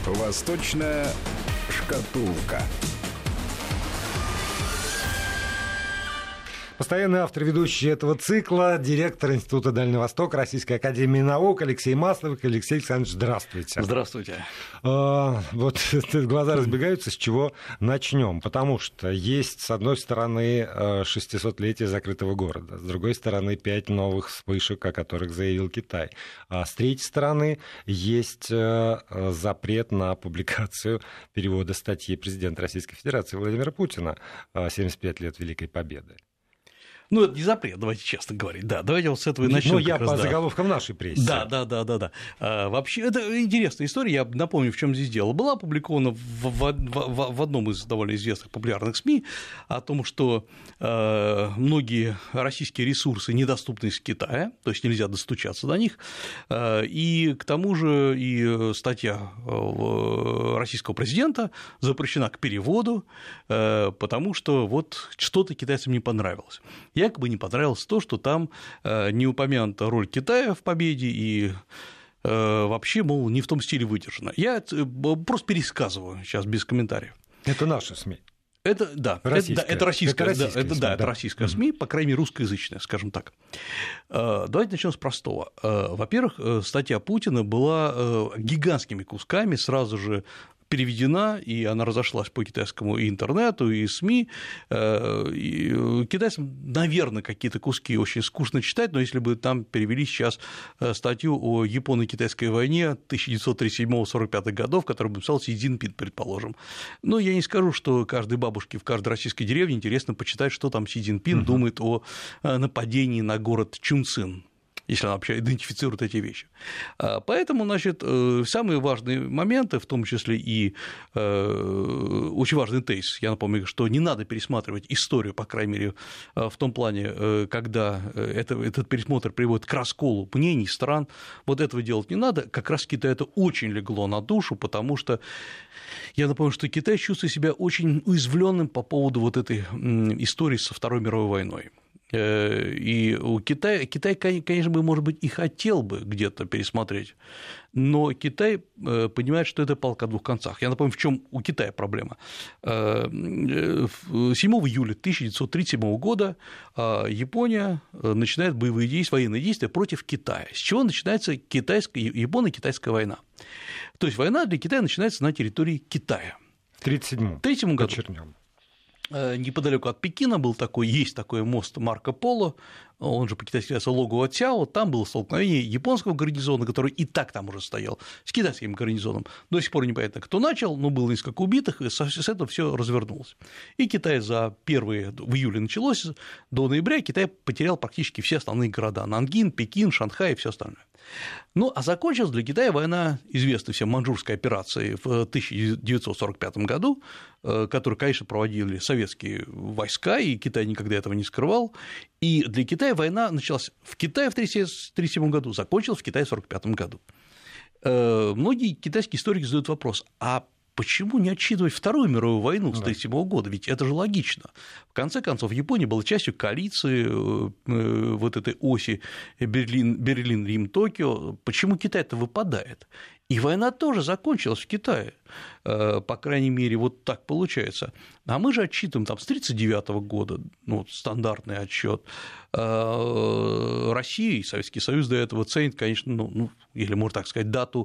Восточная шкатулка. Постоянный автор, ведущий этого цикла, директор Института Дальнего Востока Российской академии наук Алексей Масловик. Алексей Александрович, здравствуйте. Здравствуйте. Вот глаза разбегаются, с чего начнем. Потому что есть, с одной стороны, 600-летие закрытого города, с другой стороны, 5 новых вспышек, о которых заявил Китай. А с третьей стороны, есть запрет на публикацию перевода статьи президента Российской Федерации Владимира Путина «75 лет Великой Победы». Ну, это не запрет, давайте честно говорить. Да, давайте вот с этого и начнем. Ну, я по заголовкам нашей прессы. Да. Вообще, это интересная история. Я напомню, в чем здесь дело. Была опубликована в одном из довольно известных популярных СМИ о том, что многие российские ресурсы недоступны из Китая, то есть нельзя достучаться до них. И к тому же и статья российского президента запрещена к переводу, потому что вот что-то китайцам не понравилось. Якобы не понравилось то, что там не упомянута роль Китая в победе и вообще, мол, не в том стиле выдержано. Я просто пересказываю сейчас без комментариев. Это наши СМИ. Это российская СМИ, по крайней мере, русскоязычная, скажем так. Давайте начнем с простого. Во-первых, статья Путина была гигантскими кусками сразу же переведена, и она разошлась по китайскому и интернету, и СМИ. И китайцам, наверное, какие-то куски очень скучно читать, но если бы там перевели сейчас статью о Японо-китайской войне 1937-1945 годов, которую бы написал Си Цзиньпин, предположим. Но я не скажу, что каждой бабушке в каждой российской деревне интересно почитать, что там Си Цзиньпин думает о нападении на город Чунцин, если она вообще идентифицирует эти вещи. Поэтому, значит, самые важные моменты, в том числе и очень важный тезис, я напомню, что не надо пересматривать историю, по крайней мере, в том плане, когда этот пересмотр приводит к расколу мнений стран, вот этого делать не надо, как раз Китаю это очень легло на душу, потому что я напомню, что Китай чувствует себя очень уязвленным по поводу вот этой истории со Второй мировой войной. И у Китай, конечно, может быть, и хотел бы где-то пересмотреть, но Китай понимает, что это палка о двух концах. Я напомню, в чем у Китая проблема. 7 июля 1937 года Япония начинает боевые действия, военные действия против Китая. С чего начинается Японо-китайская война? То есть война для Китая начинается на территории Китая. В 1937 году. Подчеркнем. Неподалеку от Пекина есть такой мост Марко Поло, он же по-китайски называется Логуа Цяо, там было столкновение японского гарнизона, который и так там уже стоял, с китайским гарнизоном. До сих пор непонятно, кто начал, но было несколько убитых, и с этого все развернулось. И Китай в июле началось, до ноября Китай потерял практически все основные города: Нангин, Пекин, Шанхай и все остальное. Ну, а закончилась для Китая война, известной всем маньчжурской операцией в 1945 году, которую, конечно, проводили советские войска, и Китай никогда этого не скрывал. И для Китая война началась в Китае в 1937 году, закончилась в Китае в 1945 году. Многие китайские историки задают вопрос: а почему не отсчитывать Вторую мировую войну с 1937 года? Ведь это же логично. В конце концов, Япония была частью коалиции вот этой оси Берлин, Рим, Токио. Почему Китай-то выпадает? И война тоже закончилась в Китае, по крайней мере, вот так получается. А мы же отсчитываем там с 1939 года, стандартный отсчет. Россия и Советский Союз до этого ценят, конечно, или можно так сказать, дату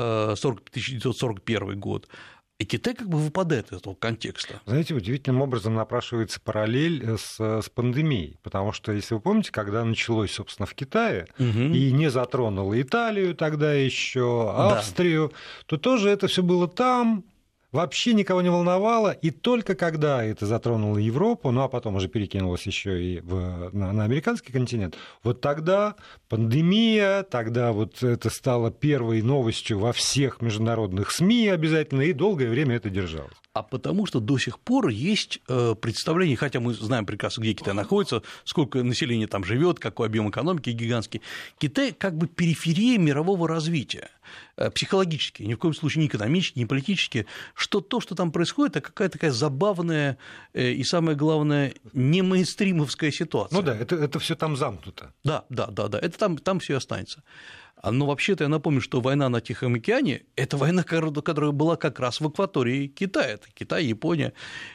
1941 год. И Китай как бы выпадает из этого контекста. Знаете, удивительным образом напрашивается параллель с пандемией, потому что, если вы помните, когда началось, собственно, в Китае, и не затронуло Италию тогда еще, Австрию, то тоже это все было там, вообще никого не волновало, и только когда это затронуло Европу, а потом уже перекинулось еще и на американский континент, вот тогда пандемия, тогда вот это стало первой новостью во всех международных СМИ обязательно, и долгое время это держалось. А потому что до сих пор есть представление, хотя мы знаем прекрасно, где Китай находится, сколько населения там живет, какой объем экономики гигантский. Китай как бы периферия мирового развития, психологически, ни в коем случае не экономически, не политически, что то, что там происходит, это какая-то такая забавная и, самое главное, не мейнстримовская ситуация. Ну да, это все там замкнуто. Да, это там все останется. Но вообще-то я напомню, что война на Тихом океане – это война, которая была как раз в акватории Китая. Это Китай, Япония.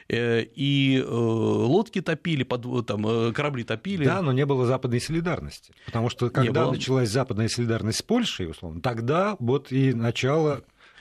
И лодки топили, там, корабли топили. Да, но не было западной солидарности. Потому что когда началась западная солидарность с Польшей, условно, тогда вот и начало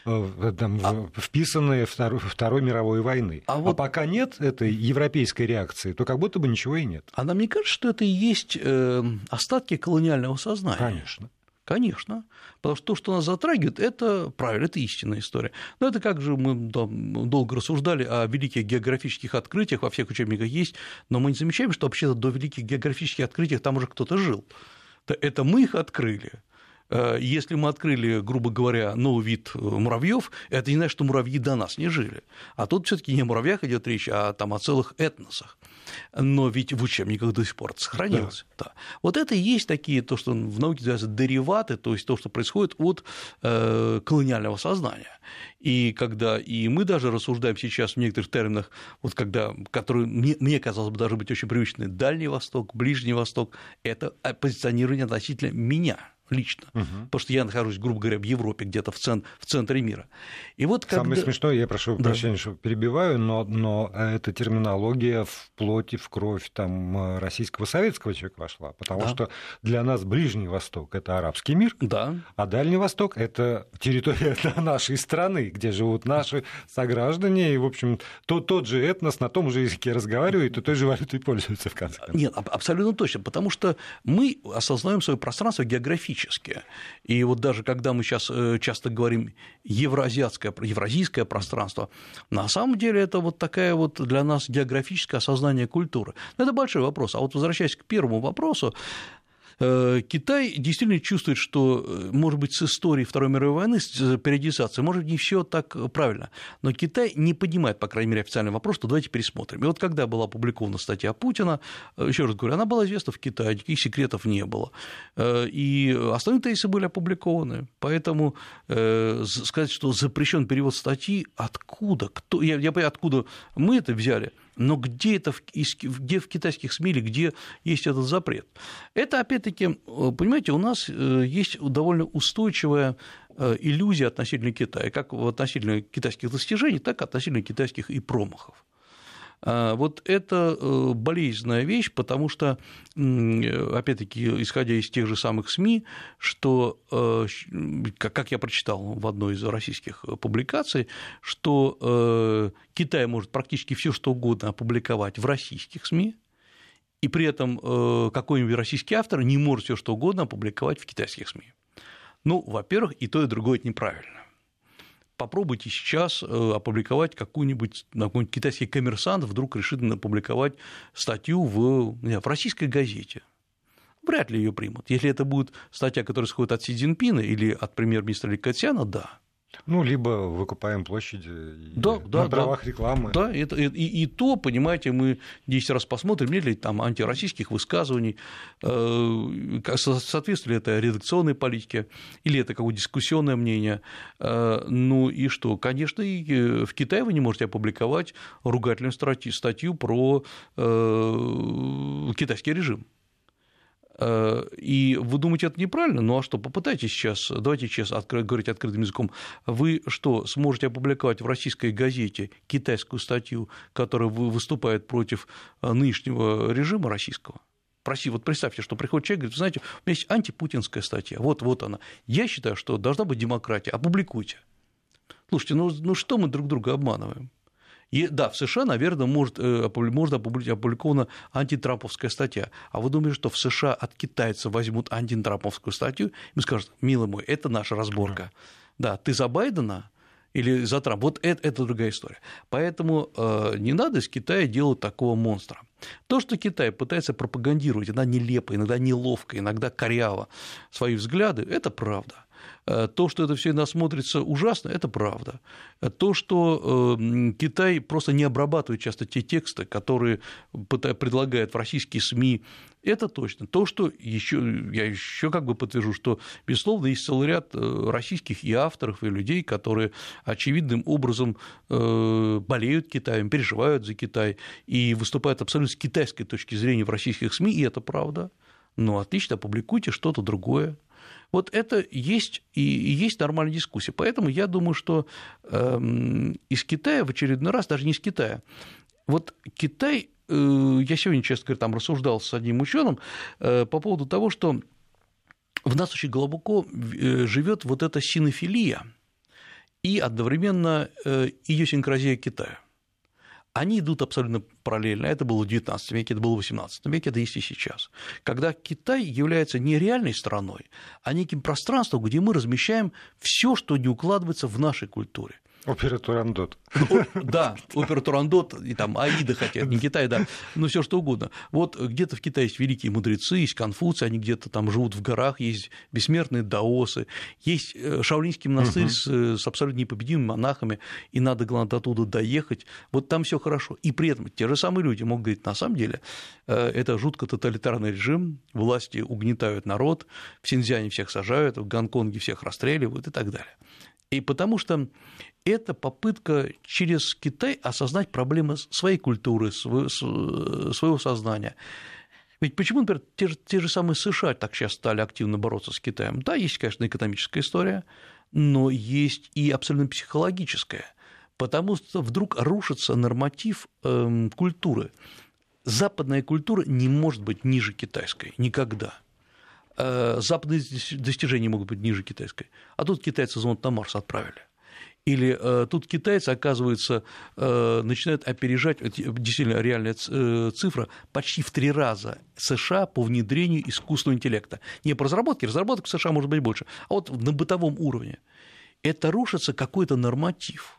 вписанные Второй мировой войны. А пока нет этой европейской реакции, то как будто бы ничего и нет. А нам не кажется, что это и есть остатки колониального сознания? Конечно. Конечно, потому что то, что нас затрагивает, это правильно, это истинная история. Но это как же мы долго рассуждали о великих географических открытиях, во всех учебниках есть, но мы не замечаем, что вообще-то до великих географических открытий там уже кто-то жил. Это мы их открыли. Если мы открыли, грубо говоря, новый вид муравьев, это не значит, что муравьи до нас не жили. А тут все-таки не о муравьях идет речь, а там о целых этносах. Но ведь в учебниках до сих пор это сохранилось. Да. Да. Вот это и есть такие, то, что в науке называется дериваты, то есть то, что происходит от колониального сознания. И когда и мы даже рассуждаем сейчас в некоторых терминах, вот которые мне казалось бы должны быть очень привычны, Дальний Восток, Ближний Восток, это позиционирование относительно меня лично, потому что я нахожусь, грубо говоря, в Европе, где-то в центре мира. И вот Самое смешное, я прошу прощения, что перебиваю, но эта терминология в плоти, в кровь там, российского советского человека вошла, потому что для нас Ближний Восток – это арабский мир, а Дальний Восток – это территория нашей страны, где живут наши сограждане, и, в общем, тот же этнос на том же языке разговаривает, и той же валютой пользуется, в конце концов. Нет, абсолютно точно, потому что мы осознаем свое пространство географически. И вот даже когда мы сейчас часто говорим евразийское пространство, на самом деле это вот такая вот для нас географическое осознание культуры. Но это большой вопрос. А вот возвращаясь к первому вопросу, Китай действительно чувствует, что, может быть, с историей Второй мировой войны, с периодизацией, может, не все так правильно, но Китай не поднимает, по крайней мере, официальный вопрос, что давайте пересмотрим. И вот когда была опубликована статья Путина, еще раз говорю, она была известна в Китае, никаких секретов не было, и остальные тезисы были опубликованы, поэтому сказать, что запрещен перевод статьи, откуда, я понимаю, откуда мы это взяли, но где в китайских СМИ или где есть этот запрет? Это, опять-таки, понимаете, у нас есть довольно устойчивая иллюзия относительно Китая, как относительно китайских достижений, так и относительно китайских и промахов. Вот это болезненная вещь, потому что, опять-таки, исходя из тех же самых СМИ, что, как я прочитал в одной из российских публикаций, что Китай может практически все что угодно опубликовать в российских СМИ, и при этом какой-нибудь российский автор не может все что угодно опубликовать в китайских СМИ. Ну, во-первых, и то, и другое – это неправильно. Попробуйте сейчас опубликовать какой-нибудь китайский коммерсант вдруг решит опубликовать статью в российской газете. Вряд ли ее примут. Если это будет статья, которая исходит от Си Цзиньпина или от премьер-министра Ли Кэцяна, да. Ну, либо выкупаем площади на правах рекламы. Да, и то, понимаете, мы 10 раз посмотрим, нет ли там антироссийских высказываний, соответствует ли это редакционной политике, или это какое-то дискуссионное мнение. Ну и что? Конечно, и в Китае вы не можете опубликовать ругательную статью про китайский режим. И вы думаете, это неправильно? Ну а что, попытайтесь сейчас, давайте честно говорить открытым языком, вы что, сможете опубликовать в российской газете китайскую статью, которая выступает против нынешнего режима российского? Вот представьте, что приходит человек и говорит, знаете, у меня есть антипутинская статья, вот она. Я считаю, что должна быть демократия, опубликуйте. Слушайте, ну что мы друг друга обманываем? И да, в США, наверное, может опубликована антитрамповская статья. А вы думаете, что в США от китайцев возьмут антитрамповскую статью и скажут, милый мой, это наша разборка. Да, ты за Байдена или за Трампа? Вот это другая история. Поэтому не надо из Китая делать такого монстра. То, что Китай пытается пропагандировать, иногда нелепо, иногда неловко, иногда коряво свои взгляды, это правда. То, что это все иногда смотрится ужасно, это правда. То, что Китай просто не обрабатывает часто те тексты, которые предлагают в российские СМИ, это точно. То, что я еще как бы подтвержу, что, безусловно, есть целый ряд российских и авторов, и людей, которые очевидным образом болеют Китаем, переживают за Китай и выступают абсолютно с китайской точки зрения в российских СМИ, и это правда. Но отлично, опубликуйте что-то другое. Вот это есть и есть нормальная дискуссия. Поэтому я думаю, что из Китая в очередной раз, даже не из Китая, вот Китай, я сегодня, честно говоря, там рассуждал с одним ученым по поводу того, что в нас очень глубоко живет вот эта синофилия и одновременно идиосинкразия Китая. Они идут абсолютно параллельно. Это было в XIX веке, это было в XVIII веке, это есть и сейчас. Когда Китай является не реальной страной, а неким пространством, где мы размещаем все, что не укладывается в нашей культуре. Опера Турандот. Да, опера Турандот, и там Аида, хотя это не Китай, да, но все что угодно. Вот где-то в Китае есть великие мудрецы, есть Конфуций, они где-то там живут в горах, есть бессмертные даосы, есть Шаолиньский монастырь с абсолютно непобедимыми монахами, и надо, главное, оттуда доехать. Вот там все хорошо. И при этом те же самые люди могут говорить, на самом деле, это жутко тоталитарный режим, власти угнетают народ, в Синьцзяне всех сажают, в Гонконге всех расстреливают и так далее. И потому что это попытка через Китай осознать проблемы своей культуры, своего сознания. Ведь почему, например, те же самые США так сейчас стали активно бороться с Китаем? Да, есть, конечно, экономическая история, но есть и абсолютно психологическая, потому что вдруг рушится норматив культуры. Западная культура не может быть ниже китайской никогда. Западные достижения могут быть ниже китайской. А тут китайцы зонд на Марс отправили. Или тут китайцы, оказывается, начинают опережать, действительно реальная цифра, почти в 3 раза США по внедрению искусственного интеллекта. Не по разработке, разработок в США может быть больше, а вот на бытовом уровне. Это рушится какой-то норматив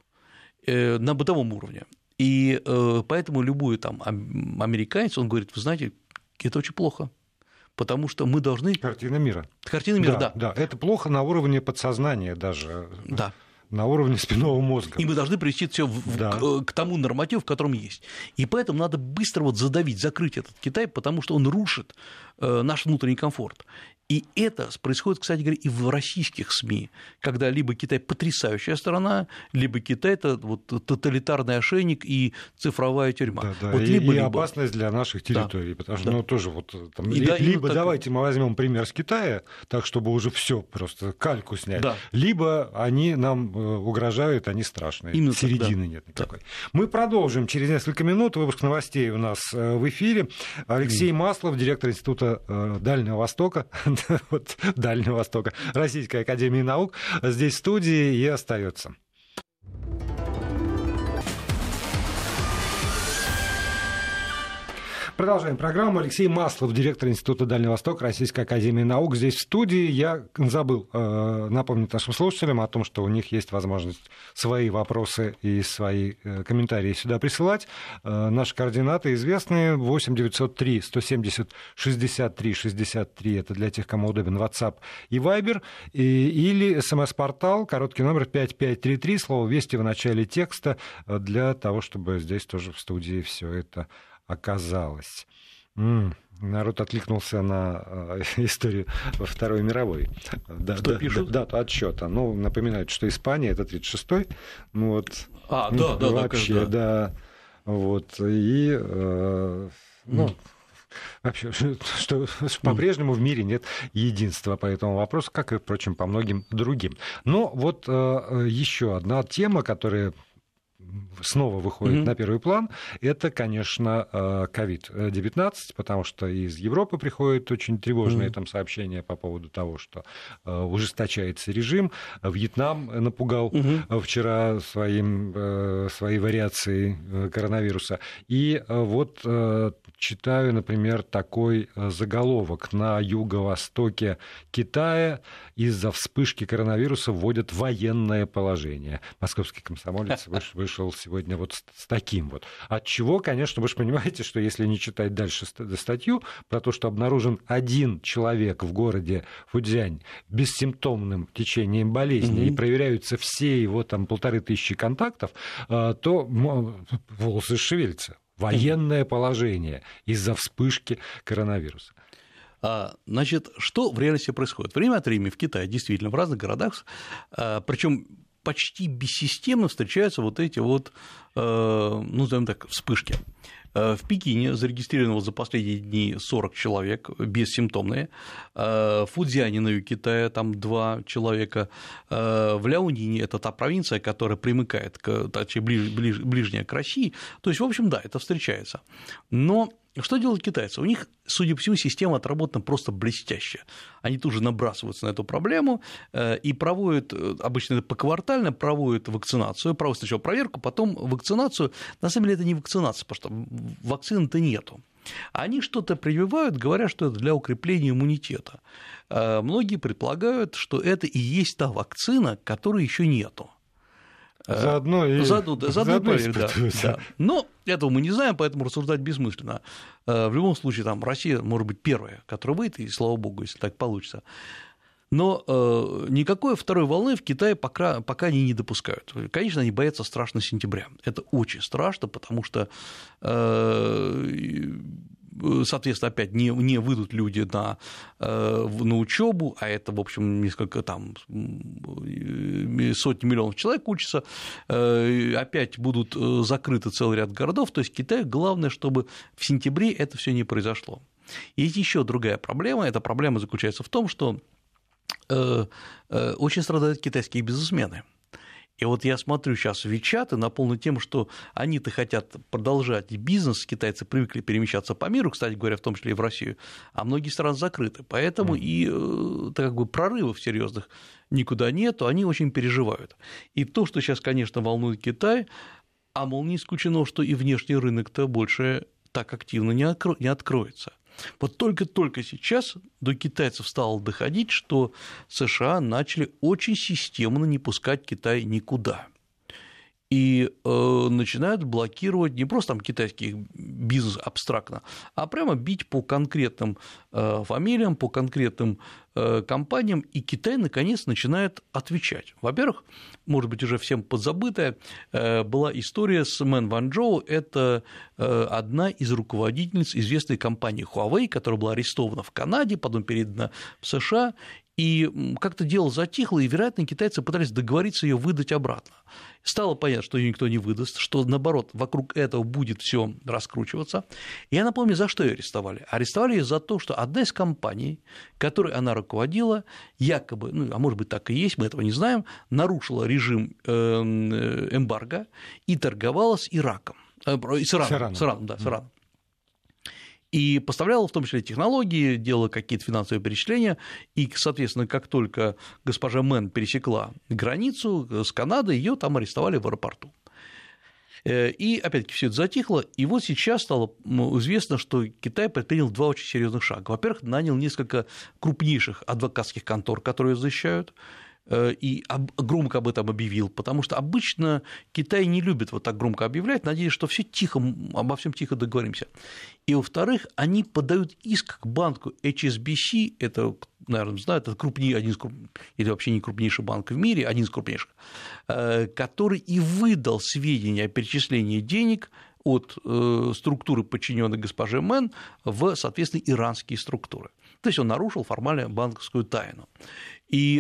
на бытовом уровне. И поэтому любой там американец, он говорит, вы знаете, это очень плохо. Потому что мы должны... Картина мира. Картина мира, да. Да, это плохо на уровне подсознания даже. Да. На уровне спинного мозга. И мы должны привести все к тому нормативу, в котором есть. И поэтому надо быстро вот задавить, закрыть этот Китай, потому что он рушит наш внутренний комфорт. И это происходит, кстати говоря, и в российских СМИ, когда либо Китай потрясающая страна, либо Китай – это вот тоталитарный ошейник и цифровая тюрьма. Да, вот и либо. опасность для наших территорий, да. потому что ну, тоже вот там, да, либо давайте мы возьмем пример с Китая, так чтобы уже все просто кальку снять, да. либо они нам угрожают, они страшные, именно середины нет никакой. Да. Мы продолжим через несколько минут. Выпуск новостей у нас в эфире. Алексей Маслов, директор Института Дальнего Востока. Вот, Дальнего Востока, Российской академии наук, здесь в студии и остается. Продолжаем программу. Алексей Маслов, директор Института Дальнего Востока, Российской академии наук, здесь в студии. Я забыл напомнить нашим слушателям о том, что у них есть возможность свои вопросы и свои комментарии сюда присылать. Наши координаты известны. 8 903 170 63 63. Это для тех, кому удобен WhatsApp и Viber. Или СМС-портал, короткий номер 5533, слово «Вести» в начале текста, для того, чтобы здесь тоже в студии все это оказалось. Народ откликнулся на историю Второй мировой. Дату отсчета. Ну, напоминают, что Испания это 36-й. Ну, вот, вообще, да. Вот. И вообще, что по-прежнему в мире нет единства по этому вопросу, как и, впрочем, по многим другим. Но вот еще одна тема, которая снова выходит на первый план, это, конечно, COVID-19, потому что из Европы приходят очень тревожные там сообщения по поводу того, что ужесточается режим. Вьетнам напугал вчера своей вариацией коронавируса. И вот читаю, например, такой заголовок. На юго-востоке Китая из-за вспышки коронавируса вводят военное положение. Московский комсомолец вышел сегодня вот с таким вот. От чего, конечно, вы же понимаете, что если не читать дальше статью про то, что обнаружен один человек в городе Фуцзянь бессимптомным течением болезни, и проверяются все его там 1500 контактов, то волосы шевелятся. Военное положение из-за вспышки коронавируса. Значит, что в реальности происходит? Время от времени в Китае, действительно, в разных городах, причем почти бессистемно встречаются вот эти вот, ну, назовем так, вспышки. В Пекине зарегистрировано за последние дни 40 человек, бессимптомные. В Фудзяне на юге Китая там 2 человека. В Ляонине, это та провинция, которая примыкает, точнее, ближняя к России. То есть, в общем, да, это встречается. Но что делают китайцы? У них, судя по всему, система отработана просто блестяще. Они тут же набрасываются на эту проблему и проводят, обычно это поквартально, проводят вакцинацию, проводят сначала проверку, потом вакцинацию. На самом деле это не вакцинация, потому что вакцины-то нету. Они что-то прививают, говоря, что это для укрепления иммунитета. Многие предполагают, что это и есть та вакцина, которой еще нету. Заодно и проверить, да. Но этого мы не знаем, поэтому рассуждать бессмысленно. В любом случае, там Россия может быть первая, которая выйдет, и слава богу, если так получится. Но никакой второй волны в Китае пока они не допускают. Конечно, они боятся страшно сентября. Это очень страшно, потому что, соответственно, опять не выйдут люди на учебу, а это, в общем, несколько там сотни миллионов человек учатся, опять будут закрыты целый ряд городов. То есть Китаю главное, чтобы в сентябре это все не произошло. Есть еще другая проблема. Эта проблема заключается в том, что очень страдают китайские бизнесмены. И вот я смотрю сейчас в WeChat и наполнен тем, что они-то хотят продолжать бизнес, китайцы привыкли перемещаться по миру, кстати говоря, в том числе и в Россию, а многие страны закрыты, поэтому и как бы прорывов серьезных никуда нету, они очень переживают. И то, что сейчас, конечно, волнует Китай, а мол, не исключено, что и внешний рынок-то больше так активно не откроется. Вот только сейчас до китайцев стало доходить, что США начали очень системно не пускать Китай никуда. И начинают блокировать не просто там китайский бизнес абстрактно, а прямо бить по конкретным фамилиям, по конкретным компаниям, и Китай наконец начинает отвечать. Во-первых, может быть, уже всем подзабытая была история с Мэн Ванчжоу, это одна из руководительниц известной компании Huawei, которая была арестована в Канаде, потом передана в США, и как-то дело затихло, и, вероятно, китайцы пытались договориться ее выдать обратно. Стало понятно, что ее никто не выдаст, что, наоборот, вокруг этого будет все раскручиваться. Я напомню, за что ее арестовали. Арестовали ее за то, что одна из компаний, которой она руководила, якобы, а может быть, так и есть, мы этого не знаем, нарушила режим эмбарго и торговала с Ираном. И поставляла в том числе технологии, делала какие-то финансовые перечисления, и, соответственно, как только госпожа Мэн пересекла границу с Канадой, ее там арестовали в аэропорту. И, опять-таки, все это затихло, и вот сейчас стало известно, что Китай предпринял 2 очень серьезных шага. Во-первых, нанял несколько крупнейших адвокатских контор, которые защищают, и громко об этом объявил, потому что обычно Китай не любит вот так громко объявлять, надеясь, что все тихо, обо всем тихо договоримся. И, во-вторых, они подают иск к банку HSBC, это, наверное, знают, это один из или вообще не крупнейший банк в мире, один из крупнейших, который и выдал сведения о перечислении денег от структуры, подчиненной госпоже Мэн, в, соответственно, иранские структуры. То есть он нарушил формально банковскую тайну. И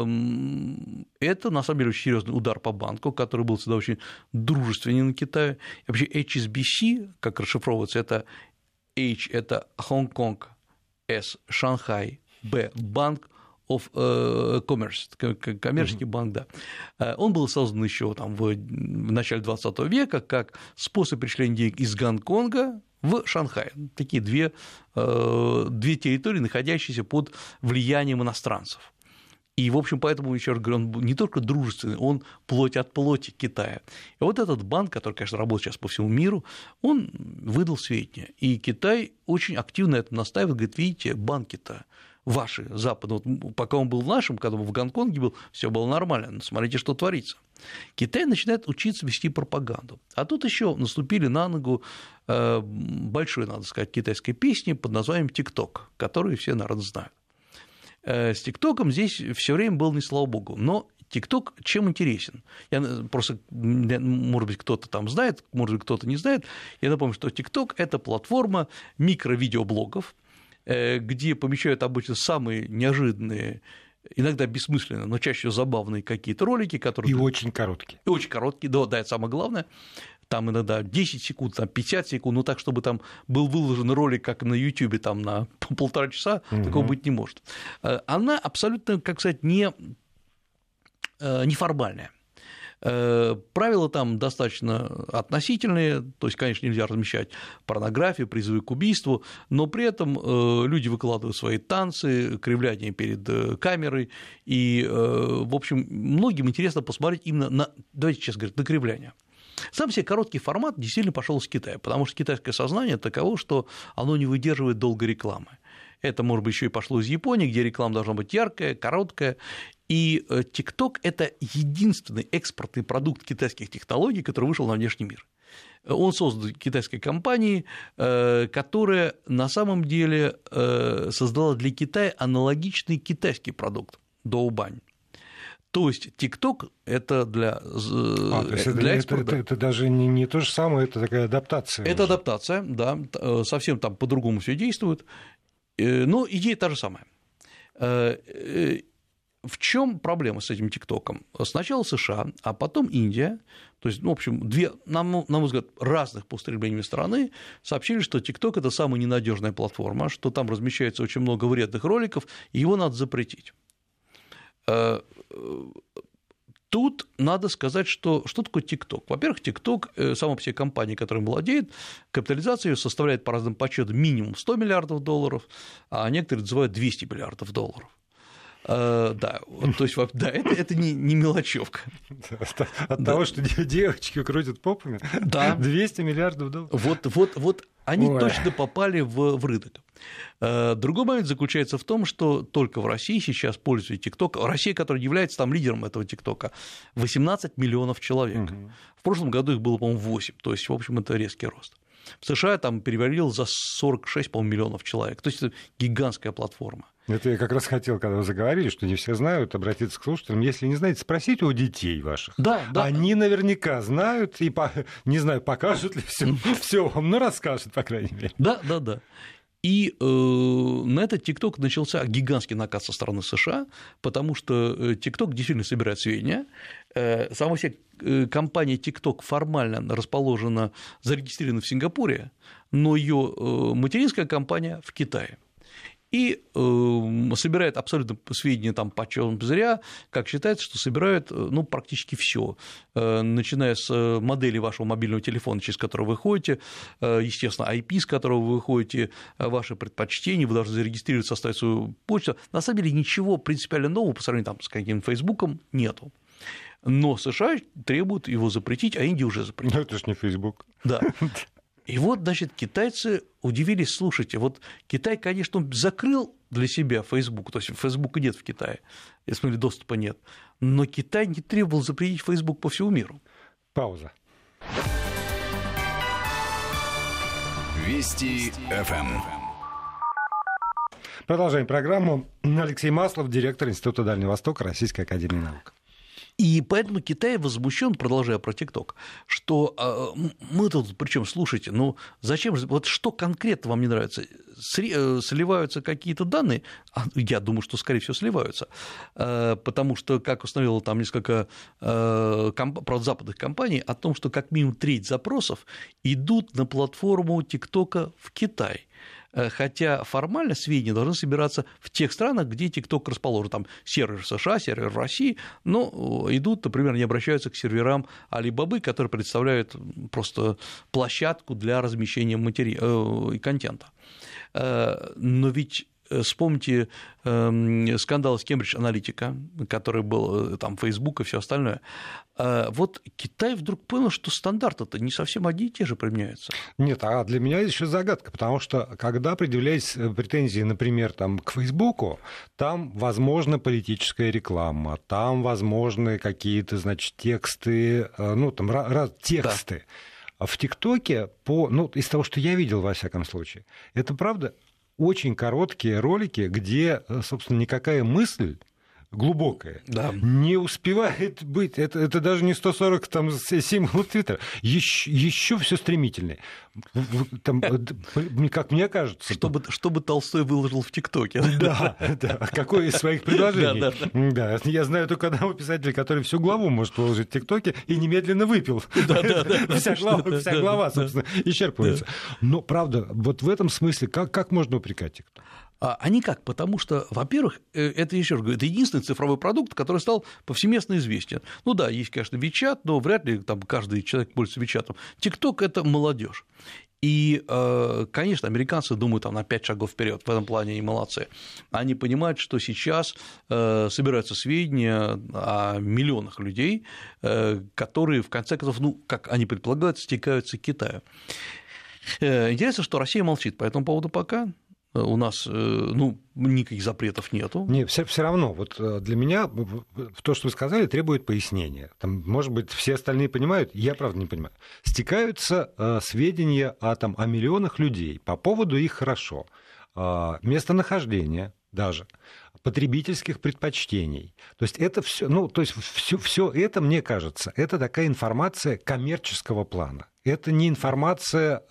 это, на самом деле, очень серьезный удар по банку, который был всегда очень дружественен на Китае. И вообще HSBC, как расшифровывается, это H – это Hong-Kong, S – Шанхай, B – Bank of Commerce, коммерческий банк, да. Он был создан еще там в начале 20 века как способ перечисления денег из Гонконга в Шанхай. Такие две территории, находящиеся под влиянием иностранцев. И, в общем, поэтому, еще раз говорю, он не только дружественный, он плоть от плоти Китая. И вот этот банк, который, конечно, работает сейчас по всему миру, он выдал сведения. И Китай очень активно это настаивает, говорит, видите, банки-то ваши, западные, вот пока он был нашим, когда он в Гонконге был, все было нормально, но смотрите, что творится. Китай начинает учиться вести пропаганду. А тут еще наступили на ногу большой, надо сказать, китайской песни под названием TikTok, которую все, наверное, знают. С ТикТоком здесь все время был не слава богу, но ТикТок чем интересен? Я просто, может быть, кто-то там знает, может быть, кто-то не знает. Я напомню, что ТикТок – это платформа микровидеоблогов, где помещают обычно самые неожиданные, иногда бессмысленные, но чаще всего забавные какие-то ролики, которые… И очень короткие. И очень короткие, да, это самое главное. там иногда 10 секунд, там 50 секунд, ну так, чтобы там был выложен ролик, как на YouTube, там на 1,5 часа, такого быть не может. Она абсолютно, как сказать, неформальная. Правила там достаточно относительные, то есть, конечно, нельзя размещать порнографию, призывы к убийству, но при этом люди выкладывают свои танцы, кривляние перед камерой, и, в общем, многим интересно посмотреть именно на, давайте честно говорить, на кривляние. Сам себе короткий формат действительно пошел с Китая, потому что китайское сознание таково, что оно не выдерживает долгой рекламы. Это, может быть, еще и пошло из Японии, где реклама должна быть яркая, короткая. И TikTok – это единственный экспортный продукт китайских технологий, который вышел на внешний мир. Он создан китайской компанией, которая на самом деле создала для Китая аналогичный китайский продукт – Доубань. То есть TikTok – это для экспорта. Это даже не то же самое, это такая адаптация. Это уже адаптация, да, совсем там по-другому все действует, но идея та же самая. В чем проблема с этим ТикТоком? Сначала США, а потом Индия, то есть, в общем, две, на мой взгляд, разных по устремлению страны сообщили, что ТикТок – это самая ненадежная платформа, что там размещается очень много вредных роликов, и его надо запретить. Тут надо сказать, что такое TikTok. Во-первых, TikTok, сама по себе компания, которая владеет, капитализация ее составляет по разным подсчетам минимум $100 миллиардов, а некоторые называют $200 миллиардов. Да, то есть, да, это не мелочевка. От того, что девочки крутят попами, да. $200 миллиардов. Вот они точно попали в рынок. Другой момент заключается в том, что только в России сейчас пользуется TikTok. Россия, которая является там лидером этого TikTok, 18 миллионов человек. В прошлом году их было, по-моему, 8, то есть, в общем, это резкий рост. В США там перевалил за 46, по-моему, миллионов человек. То есть, это гигантская платформа. Это я как раз хотел, когда вы заговорили, что не все знают, обратиться к слушателям. Если не знаете, спросите у детей ваших. Да. Они наверняка знают и, не знаю, покажут ли все вам, но расскажут, по крайней мере. Да. И на этот TikTok начался гигантский накат со стороны США, потому что TikTok действительно собирает сведения. Сама вся компания TikTok формально расположена, зарегистрирована в Сингапуре, но ее материнская компания в Китае. И собирает абсолютно сведения там почем зря, как считается, что собирают практически все, начиная с модели вашего мобильного телефона, через который вы ходите, естественно, IP, с которого вы выходите, ваши предпочтения, вы должны зарегистрироваться, оставить свою почту. На самом деле ничего принципиально нового по сравнению с каким-то Фейсбуком нету. Но США требуют его запретить, а Индия уже запретила. Ну, это ж не Facebook. Да. И вот, значит, китайцы удивились, слушайте, вот Китай, конечно, закрыл для себя Facebook, то есть Фейсбука нет в Китае, в смысле доступа нет, но Китай не требовал запретить Facebook по всему миру. Пауза. Вести ФМ. Продолжаем программу. Алексей Маслов, директор Института Дальнего Востока Российской академии наук. И поэтому Китай возмущен, продолжая про TikTok, что мы тут, причем, слушайте, зачем же, вот что конкретно вам не нравится? Сливаются какие-то данные? Я думаю, что, скорее всего, сливаются, потому что, как установило там несколько западных компаний, о том, что как минимум треть запросов идут на платформу TikTok в Китай. Хотя формально сведения должны собираться в тех странах, где TikTok расположен. Там сервер в США, сервер в России, но идут, например, не обращаются к серверам Alibaba, которые представляют просто площадку для размещения контента. Но ведь вспомните скандал с Cambridge Analytica, который был там Facebook и все остальное. Вот Китай вдруг понял, что стандарты-то не совсем одни и те же применяются. Нет, а для меня еще загадка, потому что когда предъявлялись претензии, например, там, к Фейсбуку, там возможна политическая реклама, там возможны какие-то, значит, тексты, тексты. Да. А в ТикТоке, из того, что я видел, во всяком случае, это правда очень короткие ролики, где, собственно, никакая мысль глубокое, да. не успевает быть, это даже не 140 там, символов Твиттера, еще все стремительнее. Там, как мне кажется... Чтобы Толстой выложил в ТикТоке. Да, какое из своих предложений. Да, я знаю только одного писателя, который всю главу может выложить в ТикТоке и немедленно выпил. Вся глава, собственно, исчерпывается. Но, правда, вот в этом смысле, как можно упрекать ТикТок? А никак, потому что, во-первых, это, еще раз говорю, это единственный цифровой продукт, который стал повсеместно известен. Ну да, есть, конечно, WeChat, но вряд ли там каждый человек пользуется WeChat. TikTok – это молодежь. И, конечно, американцы думают там, на 5 шагов вперед, в этом плане они молодцы. Они понимают, что сейчас собираются сведения о миллионах людей, которые, в конце концов, ну, как они предполагают, стекаются к Китаю. Интересно, что Россия молчит по этому поводу пока. У нас, ну, никаких запретов нету. Не, все равно, вот для меня то, что вы сказали, требует пояснения. Там, может быть, все остальные понимают, я, правда, не понимаю. Стекаются сведения о миллионах людей по поводу их хорошо, местонахождения даже, потребительских предпочтений. То есть это все, ну, то есть все это, мне кажется, это такая информация коммерческого плана. Это не информация,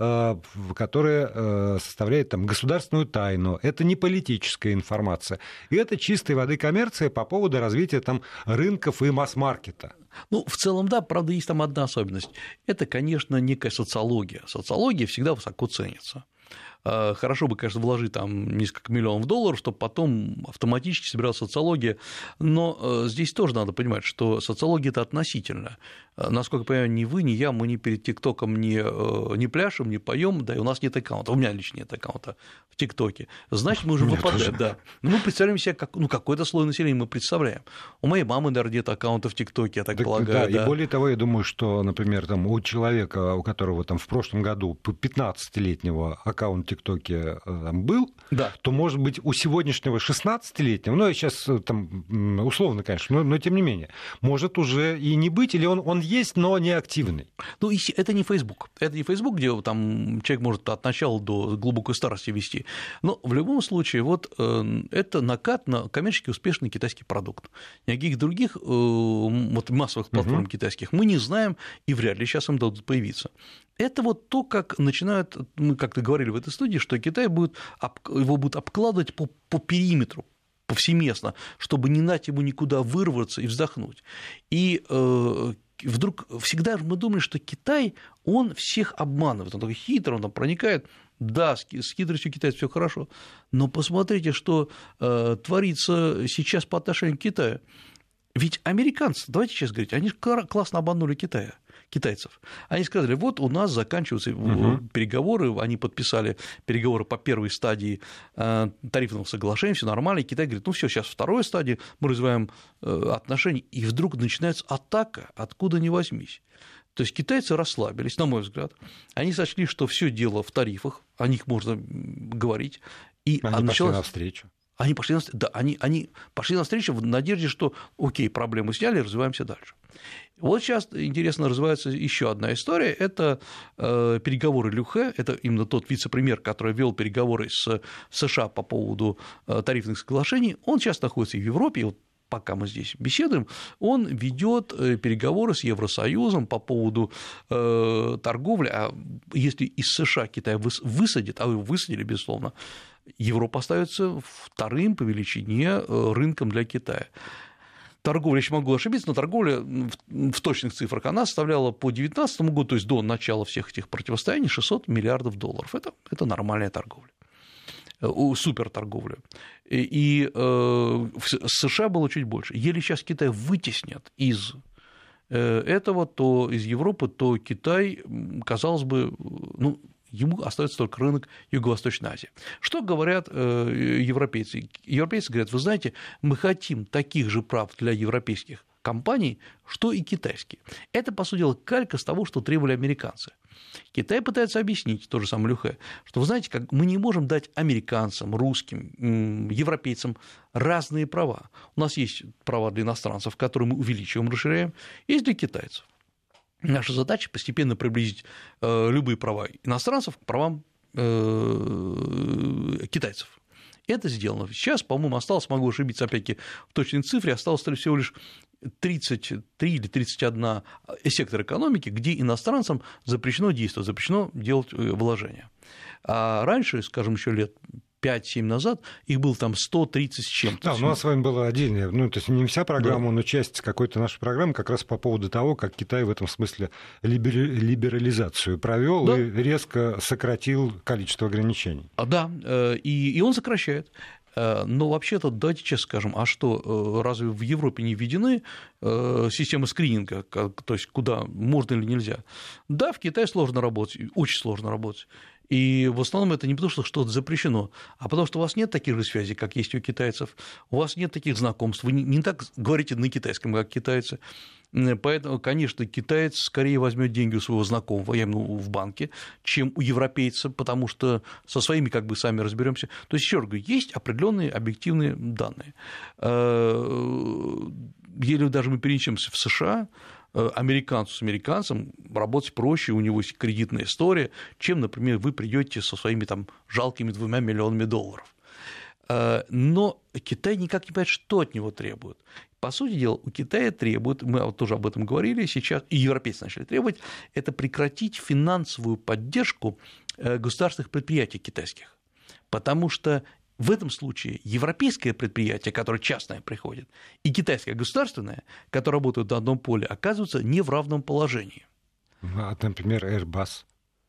которая составляет там, государственную тайну, это не политическая информация, это чистой воды коммерция по поводу развития там, рынков и масс-маркета. Ну, в целом, да, правда, есть там одна особенность. Это, конечно, некая социология. Социология всегда высоко ценится. Хорошо бы, конечно, вложить там несколько миллионов долларов, чтобы потом автоматически собиралась социология, но здесь тоже надо понимать, что социология – это относительно. Насколько я понимаю, ни вы, ни я, мы ни перед ТикТоком не пляшем, не поем, да, и у нас нет аккаунта, у меня лично нет аккаунта в ТикТоке, значит, мы уже выпадаем, да. Но мы представляем себе, какой-то слой населения мы представляем. У моей мамы, наверное, нет аккаунта в ТикТоке, я так полагаю. Да, и более того, я думаю, что, например, там, у человека, у которого там в прошлом году 15-летнего аккаунт в ТикТоке был, да, то, может быть, у сегодняшнего 16-летнего, ну, я сейчас там условно, конечно, но тем не менее, может уже и не быть, или он есть, но не активный. Ну, это не Facebook. Это не Facebook, где там человек может от начала до глубокой старости вести. Но в любом случае, вот это накат на коммерчески успешный китайский продукт. Никаких других вот, массовых платформ китайских мы не знаем, и вряд ли сейчас им дадут появиться. Это вот то, как начинают, мы как-то говорили в этой студии, что Китай его будут обкладывать по периметру, повсеместно, чтобы не дать ему никуда вырваться и вздохнуть. И вдруг всегда мы думали, что Китай, он всех обманывает, он такой хитрый, он там проникает. Да, с хитростью китайцев все хорошо, но посмотрите, что творится сейчас по отношению к Китаю. Ведь американцы, давайте честно говорить, они классно обманули китайцев. Они сказали, вот у нас заканчиваются переговоры, они подписали переговоры по первой стадии тарифного соглашения, все нормально, и Китай говорит, ну все, сейчас второй стадии, мы развиваем отношения, и вдруг начинается атака, откуда ни возьмись. То есть китайцы расслабились, на мой взгляд, они сочли, что все дело в тарифах, о них можно говорить. И они пошли навстречу. Они пошли навстречу в надежде, что окей, проблему сняли, развиваемся дальше. Вот сейчас, интересно, развивается еще одна история, это переговоры Лю Хэ, это именно тот вице-премьер, который вел переговоры с США по поводу тарифных соглашений, он сейчас находится и в Европе, и вот пока мы здесь беседуем, он ведет переговоры с Евросоюзом по поводу торговли, а если из США Китай высадит, а вы высадили, безусловно, Европа остается вторым по величине рынком для Китая. Торговля, я еще могу ошибиться, но торговля в точных цифрах, она составляла по 2019 году, то есть до начала всех этих противостояний, $600 миллиардов. Это нормальная торговля, суперторговля. И в США было чуть больше. Еле сейчас Китай вытеснят из этого, то из Европы, то Китай, казалось бы, ну, ему остается только рынок Юго-Восточной Азии. Что говорят европейцы? Европейцы говорят, вы знаете, мы хотим таких же прав для европейских компаний, что и китайские. Это, по сути дела, калька с того, что требовали американцы. Китай пытается объяснить, то же самое Лю Хэ, что, вы знаете, как мы не можем дать американцам, русским, европейцам разные права. У нас есть права для иностранцев, которые мы увеличиваем, расширяем, есть для китайцев. Наша задача постепенно приблизить любые права иностранцев к правам китайцев. Это сделано. Сейчас, по-моему, осталось, могу ошибиться опять-таки в точной цифре, осталось всего лишь 33 или 31 сектор экономики, где иностранцам запрещено действовать, запрещено делать вложения. А раньше, скажем, еще лет 5-7 назад, их было там 130 с чем-то. Да, у нас с вами была отдельная, то есть не вся программа, но часть какой-то нашей программы как раз по поводу того, как Китай в этом смысле либерализацию провел и резко сократил количество ограничений. Да, и он сокращает. Но вообще-то, давайте честно скажем, а что, разве в Европе не введены системы скрининга, то есть куда можно или нельзя? Да, в Китае сложно работать, очень сложно работать. И в основном это не потому, что что-то запрещено, а потому что у вас нет таких же связей, как есть у китайцев, у вас нет таких знакомств, вы не так говорите на китайском, как китайцы. Поэтому, конечно, китаец скорее возьмет деньги у своего знакомого, я имею в виду в банке, чем у европейца, потому что со своими как бы сами разберемся. То есть, еще раз говорю, есть определенные объективные данные. Если даже мы перенесемся в США, американцу с американцем работать проще, у него есть кредитная история, чем, например, вы придете со своими там жалкими $2 миллионами. Но Китай никак не понимает, что от него требуют. По сути дела, у Китая требуют, мы вот тоже об этом говорили сейчас, и европейцы начали требовать, это прекратить финансовую поддержку государственных предприятий китайских, потому что в этом случае европейское предприятие, которое частное приходит, и китайское государственное, которое работают на одном поле, оказываются не в равном положении. Например, Airbus.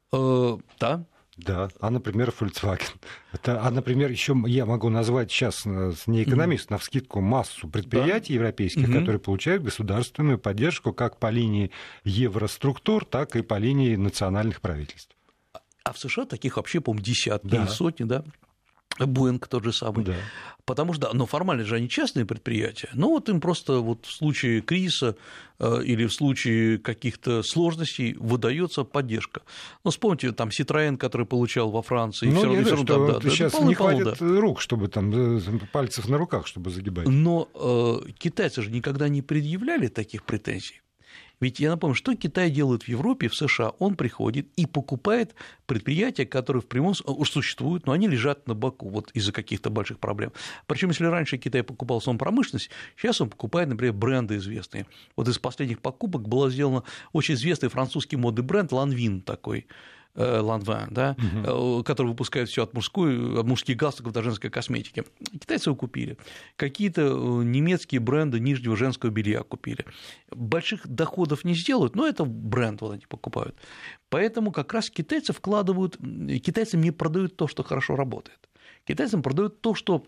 Да. Да, например, Volkswagen. Например, еще я могу назвать сейчас не экономист, навскидку массу предприятий европейских, которые получают государственную поддержку как по линии евроструктур, так и по линии национальных правительств. А в США таких вообще, по-моему, десятки или сотни, да? Боинг тот же самый. Да. Потому что, но формально же они частные предприятия, но вот им просто вот в случае кризиса или в случае каких-то сложностей выдается поддержка. Ну, вспомните, там Citroën, который получал во Франции, и все равно там, сейчас не хватит рук, чтобы там пальцев на руках, чтобы загибать. Но китайцы же никогда не предъявляли таких претензий. Ведь я напомню, что Китай делает в Европе, в США, он приходит и покупает предприятия, которые в прямом существуют, но они лежат на боку вот из-за каких-то больших проблем. Причем, если раньше Китай покупал саму промышленность, сейчас он покупает, например, бренды известные. Вот из последних покупок было сделано очень известный французский модный бренд Lanvin такой, Lanvin, да, который выпускает все от мужских галстуков до женской косметики. Китайцы его купили. Какие-то немецкие бренды нижнего женского белья купили. Больших доходов не сделают, но это бренд вот они покупают. Поэтому как раз китайцы вкладывают, китайцам не продают то, что хорошо работает. Китайцам продают то, что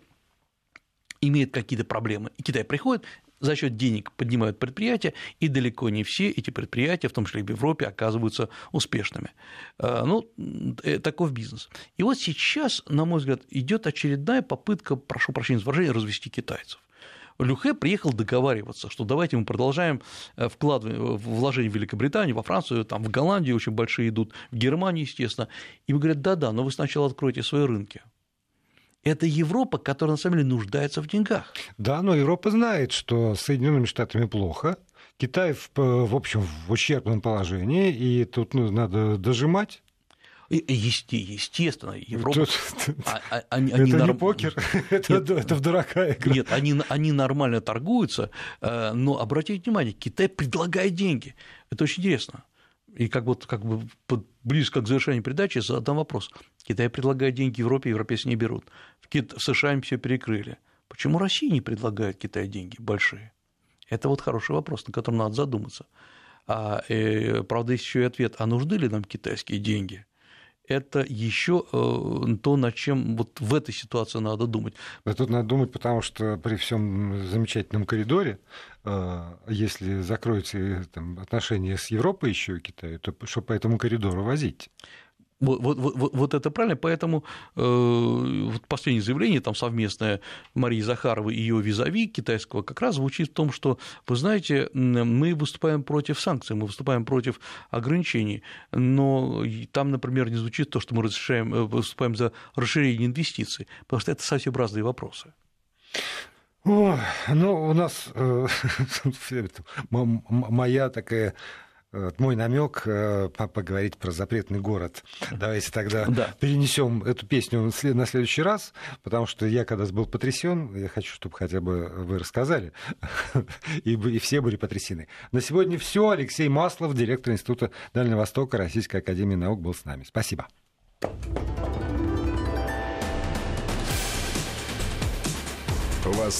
имеет какие-то проблемы. И Китай приходит, за счет денег поднимают предприятия, и далеко не все эти предприятия, в том числе и в Европе, оказываются успешными. Ну, таков бизнес. И вот сейчас, на мой взгляд, идет очередная попытка, прошу прощения за выражение, развести китайцев. Лю Хэ приехал договариваться, что давайте мы продолжаем вложения в Великобританию, во Францию, там, в Голландию очень большие идут, в Германию, естественно. И мы говорят, да-да, но вы сначала откройте свои рынки. Это Европа, которая на самом деле нуждается в деньгах. Да, но Европа знает, что с Соединенными Штатами плохо, Китай, в общем, в ущербном положении, и тут надо дожимать. Естественно, Европа... Это не покер, это в дурака игра. Нет, они нормально торгуются, но обратите внимание, Китай предлагает деньги. Это очень интересно. И как бы близко к завершению передачи задам вопрос. Китай предлагает деньги Европе, европейцы не берут. В США им все перекрыли. Почему Россия не предлагает Китаю деньги большие? Это вот хороший вопрос, на котором надо задуматься. Правда, есть еще и ответ, а нужны ли нам китайские деньги? Это еще то, над чем вот в этой ситуации надо думать. Но тут надо думать, потому что при всем замечательном коридоре, если закроются там отношения с Европой еще и Китаем, то что по этому коридору возить? Вот это правильно, поэтому вот последнее заявление там совместное Марии Захаровой и ее визави китайского как раз звучит в том, что, вы знаете, мы выступаем против санкций, мы выступаем против ограничений, но там, например, не звучит то, что мы выступаем за расширение инвестиций, потому что это совсем разные вопросы. Ну, у нас моя такая мой намек поговорить про запретный город. Давайте тогда перенесем эту песню на следующий раз, потому что я когда был потрясен, я хочу, чтобы хотя бы вы рассказали, и все были потрясены. На сегодня все. Алексей Маслов, директор Института Дальнего Востока Российской академии наук, был с нами. Спасибо. Восток.